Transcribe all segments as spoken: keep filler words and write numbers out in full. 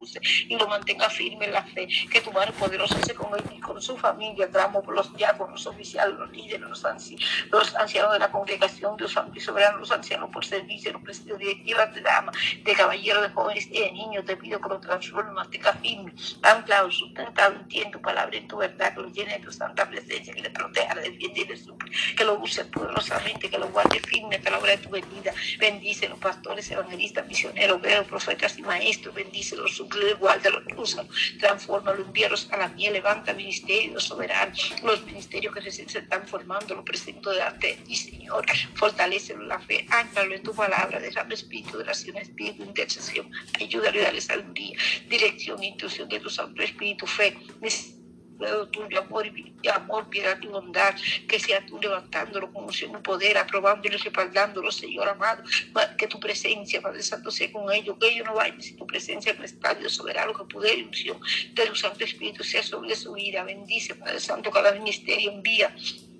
use y lo mantenga firme en la fe. Que tu mano poderosa se con él y con su familia. Clamo por los diáconos, los oficiales, los líderes, los, anci los ancianos de la congregación, Dios santo y soberano, los ancianos por servicio, los presidios directivos de damas, de caballeros, de jóvenes y de niños. Te pido que lo transforme, mantenga firme, anclado, sustentado en tu palabra, en tu verdad, que lo llene de tu santa presencia, que le proteja, le defiende y le suple, que lo use poderosamente, que lo guarde firme hasta la hora de tu venida. Bendice los pastores, evangelistas, misioneros, obreros, profetas y maestros. Bendice los suple, guarda los úsalos, transforma los envíalos a la miel, levanta ministerios soberanos, los ministerios que recién se están formando, los presento delante de ti, Señor. Fortalécelo en la fe, áncalo en tu palabra, derrama espíritu de oración, espíritu de intercesión, ayúdale a darle sabiduría, dirección, instrucción de tu Santo Espíritu, fe, tuyo, amor, y amor, piedad y bondad, que sea tú levantándolo con unción y poder, aprobándolo y respaldándolo, Señor amado, que tu presencia, Padre Santo, sea con ellos, que ellos no vayan sin tu presencia en el estadio soberano, que poder y unción de tu Santo Espíritu sea sobre su vida. Bendice, Padre Santo, cada ministerio, envía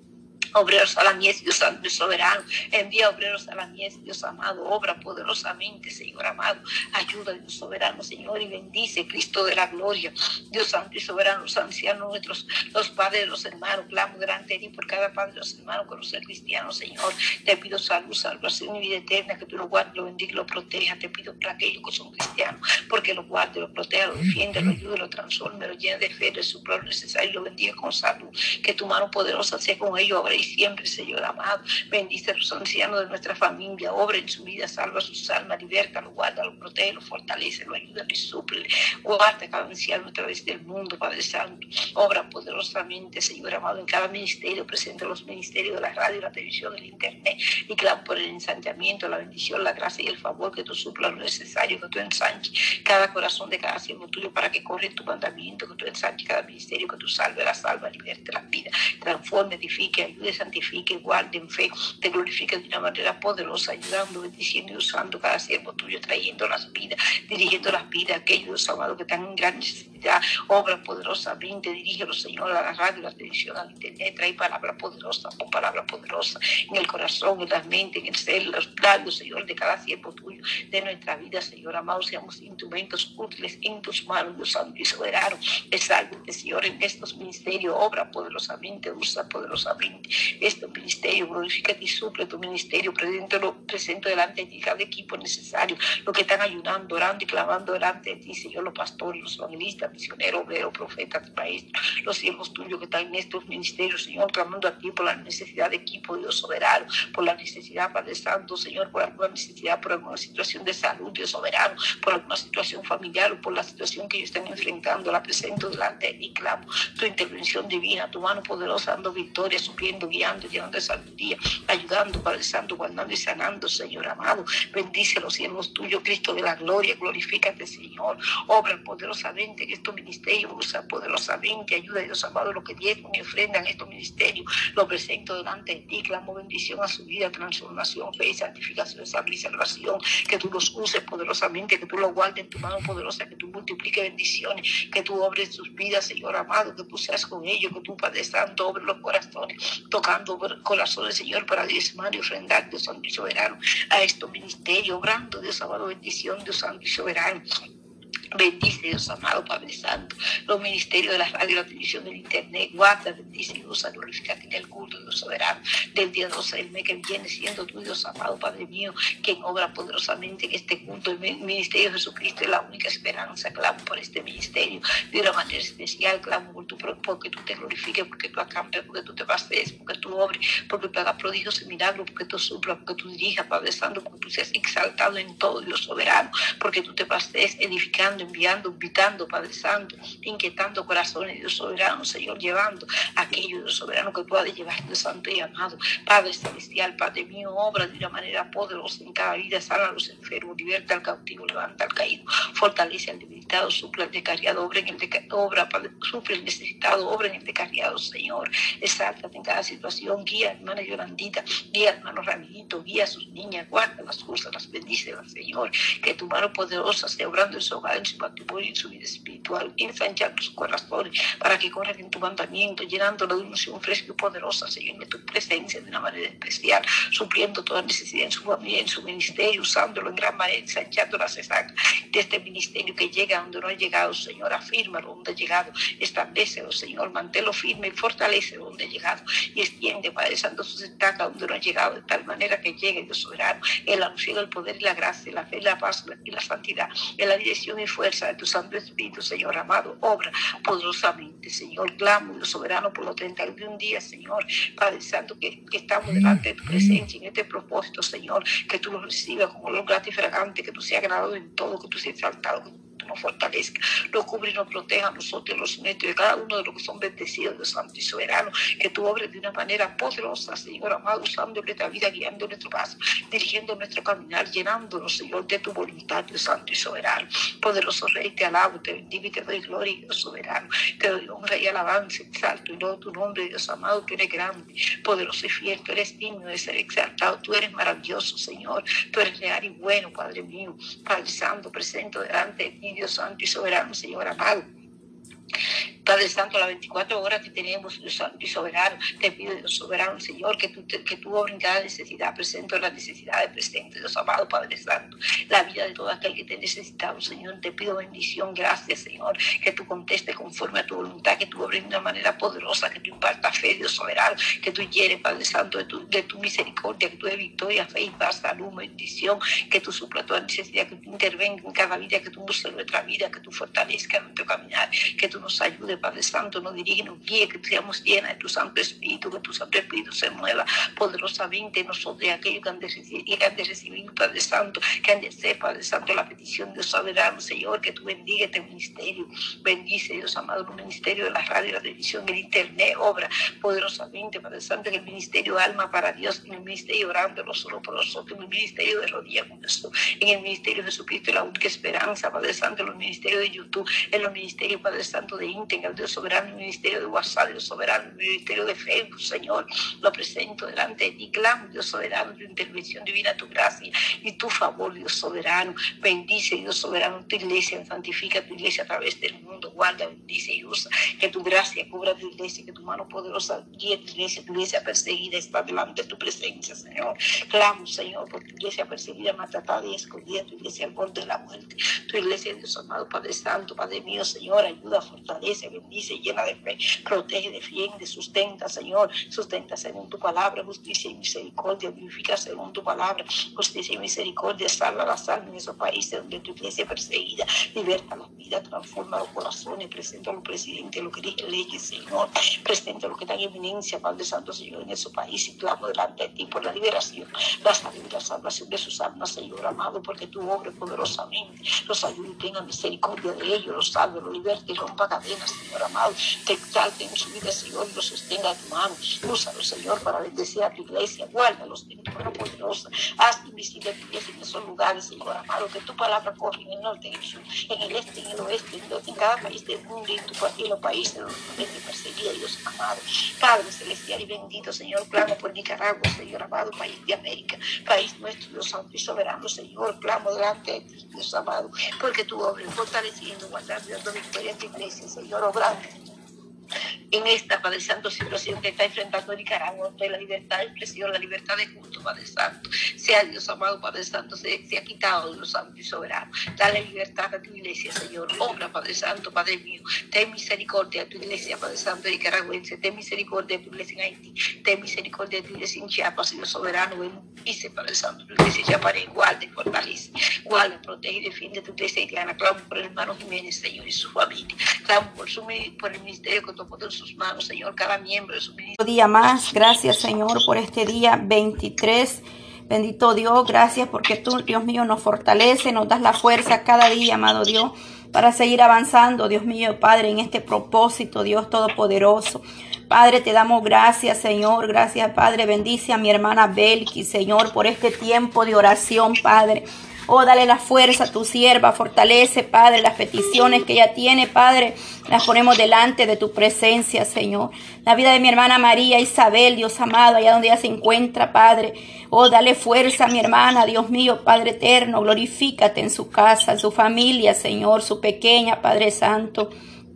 obreros a la mies, Dios santo y soberano, envía obreros a la mies, Dios amado, obra poderosamente, Señor amado, ayuda, Dios soberano, Señor, y bendice, Cristo de la gloria, Dios santo y soberano, los ancianos nuestros, los padres, los hermanos, clamo delante de ti por cada padre, los hermanos, que no sea cristiano, Señor, te pido salud, salvación y vida eterna, que tú lo guardes, lo bendiga y lo proteja, te pido por aquellos que son cristianos, porque lo guarde, lo proteja, lo defiende, lo ayude, lo transforme, lo llene de fe, de su lo necesario, lo bendiga con salud, que tu mano poderosa sea con ellos, ahora y siempre, Señor amado. Bendice a los ancianos de nuestra familia, obra en su vida, salva sus almas, liberta, lo guarda, lo protege, lo fortalece, lo ayuda, lo suple, guarda a cada anciano a través del mundo, Padre Santo, obra poderosamente, Señor amado, en cada ministerio, presente los ministerios de la radio, la televisión, el internet, y clamo por el ensanchamiento, la bendición, la gracia y el favor, que tú suplas lo necesario, que tú ensanches cada corazón de cada siervo tuyo para que corre tu mandamiento, que tú ensanches cada ministerio, que tú salve la salva, liberte la vida, transforme, edifique, ayude, santifique, guarde en fe, te glorifique de una manera poderosa, ayudando, bendiciendo y usando cada siervo tuyo, trayendo las vidas, dirigiendo las vidas, aquellos amados que están en gran necesidad, obra poderosamente, dirígelos, Señor, a la radio, a la televisión, al internet, trae palabra poderosa, con palabra poderosa, en el corazón, en la mente, en el ser, en los labios, Señor, de cada siervo tuyo, de nuestra vida, Señor amado, seamos instrumentos útiles en tus manos, Dios santo y soberano, exáltate, Señor, en estos ministerios, obra poderosamente, usa poderosamente este ministerio, glorifícate y suple tu ministerio, preséntalo, presento delante de ti cada equipo necesario, los que están ayunando, orando y clamando delante de ti, Señor, los pastores, los evangelistas, misioneros, obreros, profetas, maestros, los siervos tuyos que están en estos ministerios, Señor, clamando a ti por la necesidad de equipo, Dios soberano, por la necesidad, Padre Santo, Señor, por alguna necesidad, por alguna situación de salud, Dios soberano, por alguna situación familiar o por la situación que ellos están enfrentando, la presento delante de ti, clamo tu intervención divina, tu mano poderosa, dando victoria, supliendo, guiando, llenando de sabiduría, ayudando, Padre Santo, guardando y sanando, Señor amado. Bendice los siervos tuyos, Cristo de la gloria, glorifícate, Señor. Obra poderosamente en estos ministerios, usa poderosamente, ayuda a Dios amado, los que diezman y ofrendan estos ministerios. Lo presento delante de ti, clamo bendición a su vida, transformación, fe, santificación, salud y salvación. Que tú los uses poderosamente, que tú los guardes en tu mano poderosa, que tú multipliques bendiciones, que tú obres sus vidas, Señor amado, que tú seas con ellos, que tú, Padre Santo, obres los corazones, tocando corazones, Señor, para diezmar y ofrendar, Dios santo y soberano, a estos ministerios, obrando, Dios amado, bendición, Dios santo y soberano. Bendice, Dios amado, Padre Santo, los ministerios de la radio, la televisión, del internet, guarda, bendice y usa, glorificate en el culto, Dios soberano, del día doce del mes que viene, siendo tú, Dios amado, Padre mío, quien obra poderosamente en este culto. El ministerio de Jesucristo es la única esperanza. Clamo por este ministerio de una manera especial, clamo por tu, porque tú te glorifiques, porque tú acampas, porque tú te pases, porque tú obres, porque tú hagas prodigios y milagros, porque tú suplas, porque tú dirijas, Padre Santo, porque tú seas exaltado en todo, Dios soberano, porque tú te pases edificando, enviando, invitando, Padre Santo, inquietando corazones, Dios soberano, Señor, llevando aquello, Dios soberano, que tú has de llevar, Dios santo y amado. Padre celestial, Padre mío, obra de una manera poderosa en cada vida, sana a los enfermos, liberta al cautivo, levanta al caído, fortalece al debilitado, suple al descarriado, obra en el descarriado, obra, Padre, suple el necesitado, obra en el descarriado, Señor, exáltate en cada situación, guía a hermana Yolandita, guía a hermano Ramillito, guía a sus niñas, guarda las cosas, las bendice, Señor, que tu mano poderosa esté obrando en su hogar, en su matrimonio y su vida espiritual, ensanchando su corazón para que corran en tu mandamiento, llenándolo de unción fresca y poderosa, Señor, de tu presencia de una manera especial, supliendo toda necesidad en su familia, en su ministerio, usándolo en gran manera, ensanchando la cesaca de este ministerio que llega donde no ha llegado, Señor, afírmalo donde ha llegado, establecelo, Señor, manténlo firme y fortalecelo donde ha llegado y extiende, Padre Santo, sus estacas donde no ha llegado, de tal manera que llegue, Dios soberano, el anuncio, el poder y la gracia, la fe, la paz y la santidad, en la dirección y fuerza de tu Santo Espíritu, Señor amado, obra poderosamente, Señor, clamo, Dios soberano, por los treinta y un días, Señor, Padre Santo, que, que estamos delante de tu presencia en este propósito, Señor, que tú lo recibas como olor grato y fragante, que tú seas agradado en todo, que tú seas exaltado, que tú nos fortalezca, nos cubre y nos proteja a nosotros y los nuestros, de cada uno de los que son bendecidos, Dios Santo y soberano, que tú obres de una manera poderosa, Señor amado, usando nuestra vida, guiando nuestro paso, dirigiendo nuestro caminar, llenándonos, Señor, de tu voluntad, Dios Santo y soberano. Poderoso Rey, te alabo, te bendigo y te doy gloria, Dios soberano, te doy honra y alabanza, exalto y no tu nombre, Dios amado, tú eres grande, poderoso y fiel, tú eres digno de ser exaltado, tú eres maravilloso, Señor, tú eres real y bueno, Padre mío, Padre Santo, presento delante de ti, Dios Santo y soberano, Señor amado. Padre Santo, las veinticuatro horas que tenemos, Dios Santo y soberano, te pido, Dios soberano, Señor, que tú, te, que tú obres en cada necesidad, presento las necesidades presentes, Dios amado, Padre Santo, la vida de todo aquel que te necesitamos, Señor, te pido bendición, gracias, Señor, que tú contestes conforme a tu voluntad, que tú obres de una manera poderosa, que tú impartas fe, Dios soberano, que tú llenes, Padre Santo, de tu, de tu misericordia, que tú des victoria, fe y paz, salud, bendición, que tú suplas toda necesidad, que tú intervengas en cada vida, que tú busques nuestra vida, que tú fortalezcas nuestro caminar, que tú nos ayudes, Padre Santo, nos dirige, nos guíe, que seamos llenas de tu Santo Espíritu, que tu Santo Espíritu se mueva poderosamente en nosotros, de aquellos que han de recibir, que han de recibir, Padre Santo, que han de ser, Padre Santo, la petición de Dios soberano, Señor, que tú bendiga este ministerio, bendice, Dios amado, el ministerio de la radio, la televisión, el internet, obra poderosamente, Padre Santo, en el ministerio Alma para Dios, en el ministerio orando no solo por nosotros, en el ministerio de rodillas con Jesús, en el ministerio de Jesucristo, la única esperanza, Padre Santo, en los ministerios de YouTube, en los ministerios, Padre Santo, de Íntegra, Dios soberano, el ministerio de WhatsApp, Dios soberano, el ministerio de Facebook, Señor, lo presento delante de ti, clamo, Dios soberano, tu intervención divina, tu gracia y tu favor, Dios soberano, bendice, Dios soberano, tu iglesia, santifica tu iglesia a través del mundo, guarda, bendice y usa, que tu gracia cubra tu iglesia, que tu mano poderosa guíe tu iglesia, tu iglesia perseguida está delante de tu presencia, Señor, clamo, Señor, por tu iglesia perseguida, maltratada y escondida, tu iglesia al borde de la muerte, tu iglesia, Dios amado, Padre Santo, Padre mío, Señor, ayuda, fortalece, bendice, llena de fe, protege, defiende, sustenta, Señor, sustenta según tu palabra, justicia y misericordia, vivifica según tu palabra, justicia y misericordia, salva las almas en esos países donde tu iglesia es perseguida, liberta las vidas, transforma los corazones, presenta a los presidentes, los que dirigen leyes, Señor, presenta a los que están en eminencia, Padre Santo, Señor, en esos países, y clamo delante de ti por la liberación, la salud y la salvación de sus almas, Señor amado, porque tu obra poderosamente los ayude y tenga misericordia de ellos, los salve, los liberte y rompa cadenas, Señor amado, te exalte en su vida, Señor, y los sostenga a tu mano, úsalo, Señor, para bendecir a tu iglesia, guárdalos en tu mano poderosa, haz invisible tu iglesia en esos lugares, Señor amado, que tu palabra corre en el norte, en el sur, en el este, en el oeste, en, en cada país del mundo y en, tu, en los países donde tu iglesia perseguida, Dios amado, Padre celestial y bendito, Señor, clamo por Nicaragua, Señor amado, país de América, país nuestro, Dios santo y soberano, Señor, clamo delante de ti, Dios amado, porque tu obra, fortaleciendo, guardando, dando victoria a tu iglesia, Señor, obrando en esta, Padre Santo, situación que está enfrentando Nicaragua, de la libertad de expresión, la libertad de culto, Padre Santo, sea Dios amado, Padre Santo, se, se ha quitado de los santos y soberanos, dale libertad a tu iglesia, Señor, obra, Padre Santo, Padre mío, ten misericordia de tu iglesia, Padre Santo, nicaragüense, ten misericordia de tu iglesia en Haití, ten misericordia de tu iglesia en Chiapas, Señor soberano, bendice, Padre Santo, tu iglesia Chiapas, guarda y fortalece, guarda, protege y defiende tu iglesia haitiana, clamo por el hermano Jiménez, Señor, y su familia, clamo por, su, por el ministerio que tomó en sus manos, Señor, cada miembro de su ministerio. Día más, gracias, Señor, por este día veintitrés. Bendito Dios, gracias porque tú, Dios mío, nos fortalece, nos das la fuerza cada día, amado Dios, para seguir avanzando, Dios mío, Padre, en este propósito, Dios Todopoderoso. Padre, te damos gracias, Señor, gracias, Padre, bendice a mi hermana Belki, Señor, por este tiempo de oración, Padre. Oh, dale la fuerza a tu sierva, fortalece, Padre, las peticiones que ella tiene, Padre, las ponemos delante de tu presencia, Señor. La vida de mi hermana María Isabel, Dios amado, allá donde ella se encuentra, Padre. Oh, dale fuerza a mi hermana, Dios mío, Padre eterno, glorifícate en su casa, en su familia, Señor, su pequeña, Padre Santo.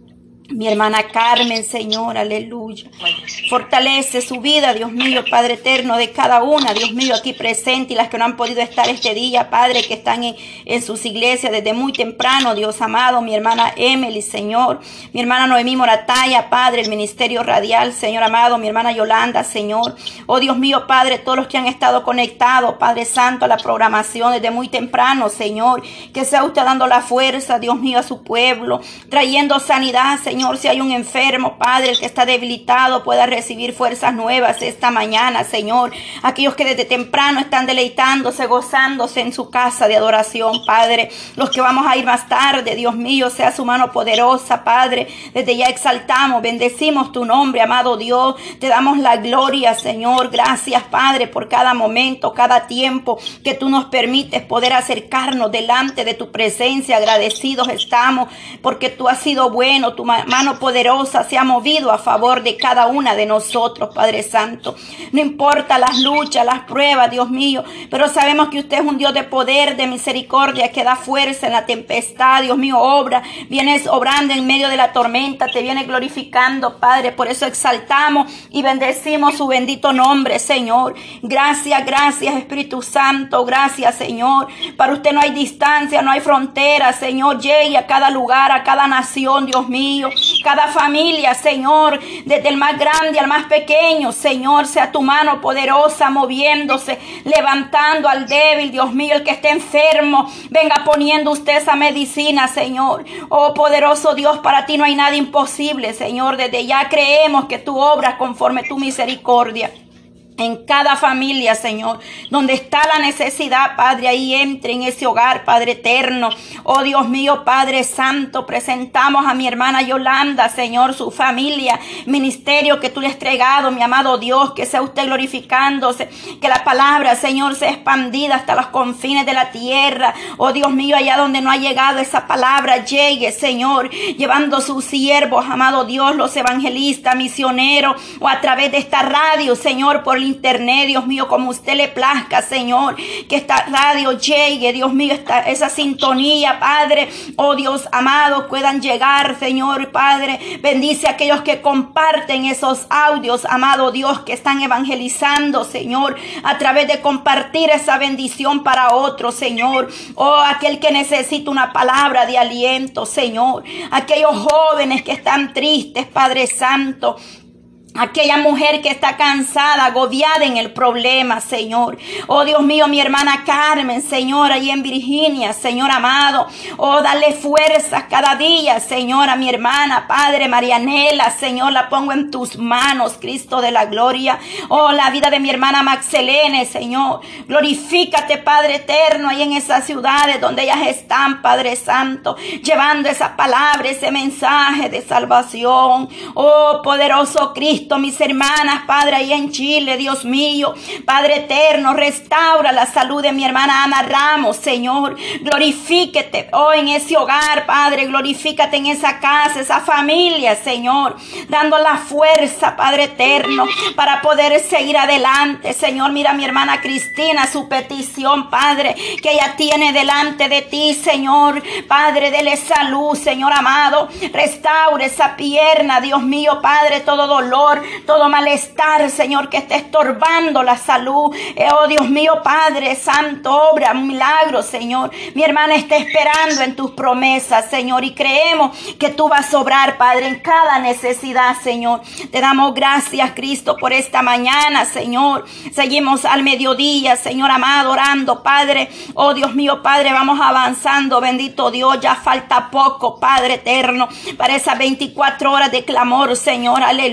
Mi hermana Carmen, Señor, aleluya. Fortalece su vida, Dios mío, Padre eterno, de cada una, Dios mío, aquí presente y las que no han podido estar este día, Padre, que están en, en sus iglesias desde muy temprano, Dios amado. Mi hermana Emily, Señor. Mi hermana Noemí Morataya, Padre, el ministerio radial, Señor amado. Mi hermana Yolanda, Señor. Oh, Dios mío, Padre, todos los que han estado conectados, Padre Santo, a la programación desde muy temprano, Señor. Que sea usted dando la fuerza, Dios mío, a su pueblo, trayendo sanidad, Señor. Señor, si hay un enfermo, Padre, el que está debilitado, pueda recibir fuerzas nuevas esta mañana, Señor. Aquellos que desde temprano están deleitándose, gozándose en su casa de adoración, Padre. Los que vamos a ir más tarde, Dios mío, sea su mano poderosa, Padre. Desde ya exaltamos, bendecimos tu nombre, amado Dios. Te damos la gloria, Señor. Gracias, Padre, por cada momento, cada tiempo que tú nos permites poder acercarnos delante de tu presencia. Agradecidos estamos porque tú has sido bueno, tu mano poderosa se ha movido a favor de cada una de nosotros, Padre Santo. No importa las luchas, las pruebas, Dios mío, pero sabemos que usted es un Dios de poder, de misericordia, que da fuerza en la tempestad. Dios mío, obra, vienes obrando en medio de la tormenta, te viene glorificando, Padre. Por eso exaltamos y bendecimos su bendito nombre, Señor. Gracias, gracias, Espíritu Santo, gracias, Señor. Para usted no hay distancia, no hay frontera, Señor. Llegue a cada lugar, a cada nación, Dios mío. Cada familia, Señor, desde el más grande al más pequeño, Señor, sea tu mano poderosa moviéndose, levantando al débil, Dios mío, el que esté enfermo, venga poniendo usted esa medicina, Señor. Oh, poderoso Dios, para ti no hay nada imposible, Señor. Desde ya creemos que tú obras conforme tu misericordia. En cada familia, Señor, donde está la necesidad, Padre, ahí entre en ese hogar, Padre eterno. Oh, Dios mío, Padre Santo, presentamos a mi hermana Yolanda, Señor, su familia, ministerio que tú le has entregado, mi amado Dios, que sea usted glorificándose, que la palabra, Señor, sea expandida hasta los confines de la tierra. Oh, Dios mío, allá donde no ha llegado esa palabra, llegue, Señor, llevando sus siervos, amado Dios, los evangelistas, misioneros, o a través de esta radio, Señor, por el internet, Dios mío, como usted le plazca, Señor, que esta radio llegue, Dios mío, esta, esa sintonía, Padre, oh Dios amado, puedan llegar, Señor, Padre, bendice a aquellos que comparten esos audios, amado Dios, que están evangelizando, Señor, a través de compartir esa bendición para otros, Señor, oh, aquel que necesita una palabra de aliento, Señor, aquellos jóvenes que están tristes, Padre Santo, aquella mujer que está cansada, agobiada en el problema, Señor. Oh, Dios mío, mi hermana Carmen, Señor, ahí en Virginia, Señor amado. Oh, dale fuerzas cada día, Señor, a mi hermana, Padre Marianela, Señor, la pongo en tus manos, Cristo de la gloria. Oh, la vida de mi hermana Maxelene, Señor. Glorifícate, Padre eterno, ahí en esas ciudades donde ellas están, Padre Santo, llevando esa palabra, ese mensaje de salvación. Oh, poderoso Cristo. Mis hermanas, Padre, ahí en Chile, Dios mío, Padre eterno, restaura la salud de mi hermana Ana Ramos, Señor, glorifíquete, oh, en ese hogar, Padre, glorifícate en esa casa, esa familia, Señor, dando la fuerza, Padre eterno, para poder seguir adelante, Señor. Mira a mi hermana Cristina, su petición, Padre, que ella tiene delante de ti, Señor, Padre, dele salud, Señor amado, restaure esa pierna, Dios mío, Padre, todo dolor, todo malestar, Señor, que esté estorbando la salud. Eh, oh, Dios mío, Padre Santo, obra un milagro, Señor. Mi hermana está esperando en tus promesas, Señor, y creemos que tú vas a obrar, Padre, en cada necesidad, Señor. Te damos gracias, Cristo, por esta mañana, Señor. Seguimos al mediodía, Señor amado, orando, Padre. Oh, Dios mío, Padre, vamos avanzando, bendito Dios. Ya falta poco, Padre eterno, para esas veinticuatro horas de clamor, Señor, aleluya.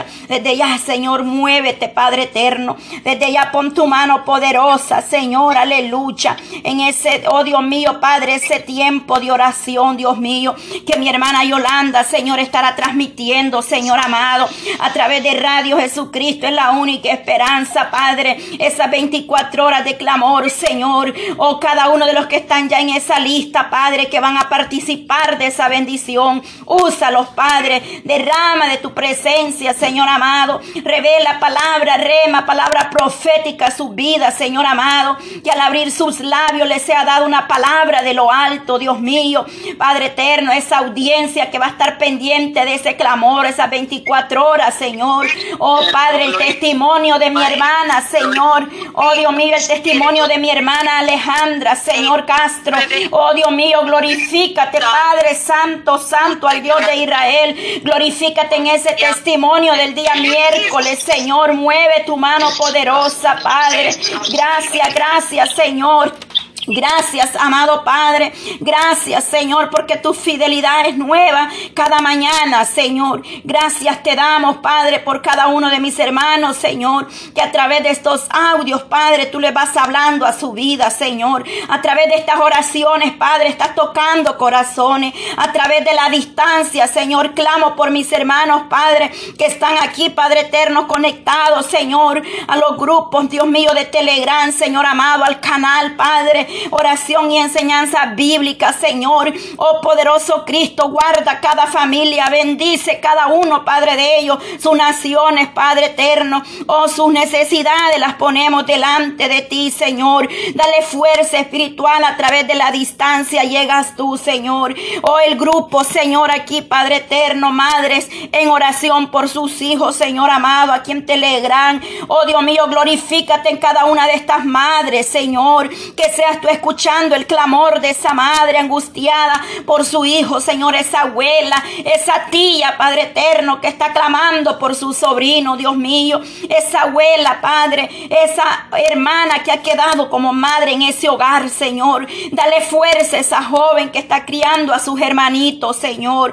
Desde ya, Señor, muévete, Padre eterno. Desde ya pon tu mano poderosa, Señor, aleluya. En ese, oh Dios mío, Padre, ese tiempo de oración, Dios mío, que mi hermana Yolanda, Señor, estará transmitiendo, Señor amado, a través de Radio Jesucristo. Es la única esperanza, Padre. Esas veinticuatro horas de clamor, Señor. Oh, cada uno de los que están ya en esa lista, Padre, que van a participar de esa bendición. Úsalos, Padre. Derrama de tu presencia, Señor amado. Revela palabra, rema, palabra profética a su vida, Señor amado. Que al abrir sus labios les sea dado una palabra de lo alto, Dios mío. Padre eterno, esa audiencia que va a estar pendiente de ese clamor, esas veinticuatro horas, Señor. Oh, Padre, el testimonio de mi hermana, Señor. Oh, Dios mío, el testimonio de mi hermana Alejandra, Señor Castro. Oh, Dios mío, glorifícate, Padre Santo, Santo al Dios de Israel. Glorifícate en ese testimonio del día miércoles, Señor. Mueve tu mano poderosa, Padre. Gracias, gracias, Señor. Gracias, amado Padre. Gracias, Señor, porque tu fidelidad es nueva cada mañana, Señor. Gracias te damos, Padre, por cada uno de mis hermanos, Señor, que a través de estos audios, Padre, tú le vas hablando a su vida, Señor. A través de estas oraciones, Padre, estás tocando corazones. A través de la distancia, Señor, clamo por mis hermanos, Padre, que están aquí, Padre eterno, conectados, Señor, a los grupos, Dios mío, de Telegram, Señor amado, al canal, Padre. Oración y enseñanza bíblica, Señor. Oh poderoso Cristo, guarda cada familia, bendice cada uno, Padre de ellos, sus naciones, Padre eterno. Oh, sus necesidades las ponemos delante de ti, Señor. Dale fuerza espiritual a través de la distancia, llegas tú, Señor. Oh, el grupo, Señor, aquí, Padre eterno, madres en oración por sus hijos, Señor amado, aquí en Telegram. Oh, Dios mío, glorifícate en cada una de estas madres, Señor, que seas tú escuchando el clamor de esa madre angustiada por su hijo, Señor, esa abuela, esa tía, Padre eterno, que está clamando por su sobrino, Dios mío, esa abuela, Padre, esa hermana que ha quedado como madre en ese hogar, Señor. Dale fuerza a esa joven que está criando a sus hermanitos, Señor,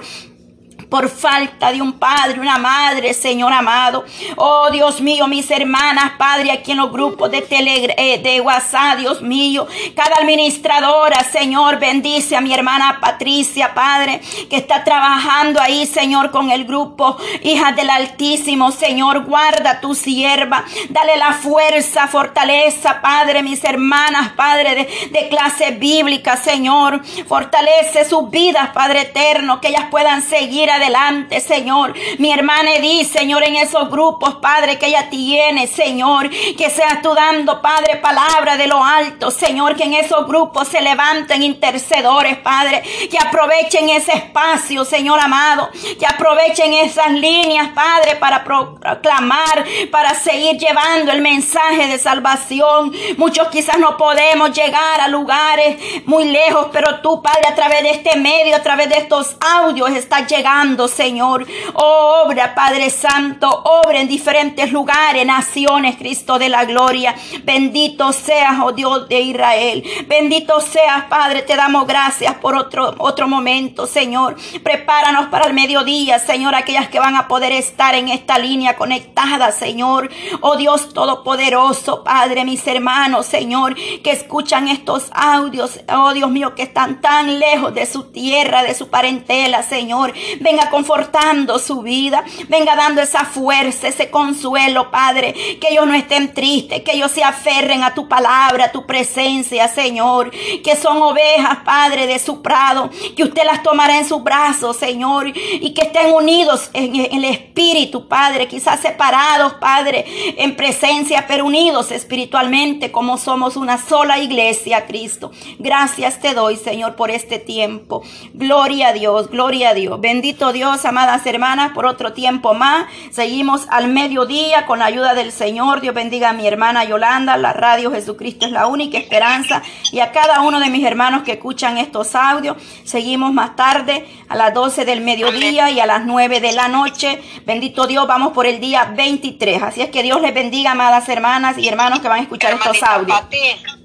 por falta de un padre, una madre, Señor amado. Oh, Dios mío, mis hermanas, Padre, aquí en los grupos de, tele, eh, de WhatsApp, Dios mío, cada administradora, Señor, bendice a mi hermana Patricia, Padre, que está trabajando ahí, Señor, con el grupo Hijas del Altísimo, Señor. Guarda a tu sierva, dale la fuerza, fortaleza, Padre, mis hermanas, Padre, de, de clase bíblica, Señor. Fortalece sus vidas, Padre eterno, que ellas puedan seguir adelante, Señor. Mi hermana Edith, Señor, en esos grupos, Padre, que ella tiene, Señor, que seas tú dando, Padre, palabra de lo alto, Señor, que en esos grupos se levanten intercedores, Padre, que aprovechen ese espacio, Señor amado, que aprovechen esas líneas, Padre, para proclamar, para seguir llevando el mensaje de salvación. Muchos quizás no podemos llegar a lugares muy lejos, pero tú, Padre, a través de este medio, a través de estos audios, estás llegando, Señor. Oh, obra, Padre Santo, obra en diferentes lugares, naciones, Cristo de la gloria. Bendito seas, oh Dios de Israel. Bendito seas, Padre. Te damos gracias por otro, otro momento, Señor. Prepáranos para el mediodía, Señor, aquellas que van a poder estar en esta línea conectada, Señor. Oh Dios todopoderoso, Padre, mis hermanos, Señor, que escuchan estos audios, oh Dios mío, que están tan lejos de su tierra, de su parentela, Señor. Venga confortando su vida, venga dando esa fuerza, ese consuelo, Padre, que ellos no estén tristes, que ellos se aferren a tu palabra, a tu presencia, Señor, que son ovejas, Padre, de su prado, que usted las tomará en sus brazos, Señor, y que estén unidos en, en el espíritu, Padre, quizás separados, Padre, en presencia, pero unidos espiritualmente, como somos una sola iglesia, Cristo. Gracias te doy, Señor, por este tiempo. Gloria a Dios, gloria a Dios. Bendito Dios, amadas hermanas, por otro tiempo más. Seguimos al mediodía con la ayuda del Señor. Dios bendiga a mi hermana Yolanda. La radio Jesucristo es la única esperanza. Y a cada uno de mis hermanos que escuchan estos audios. Seguimos más tarde a las doce del mediodía y a las nueve de la noche. Bendito Dios, vamos por el día veintitrés. Así es que Dios les bendiga, amadas hermanas y hermanos que van a escuchar estos audios.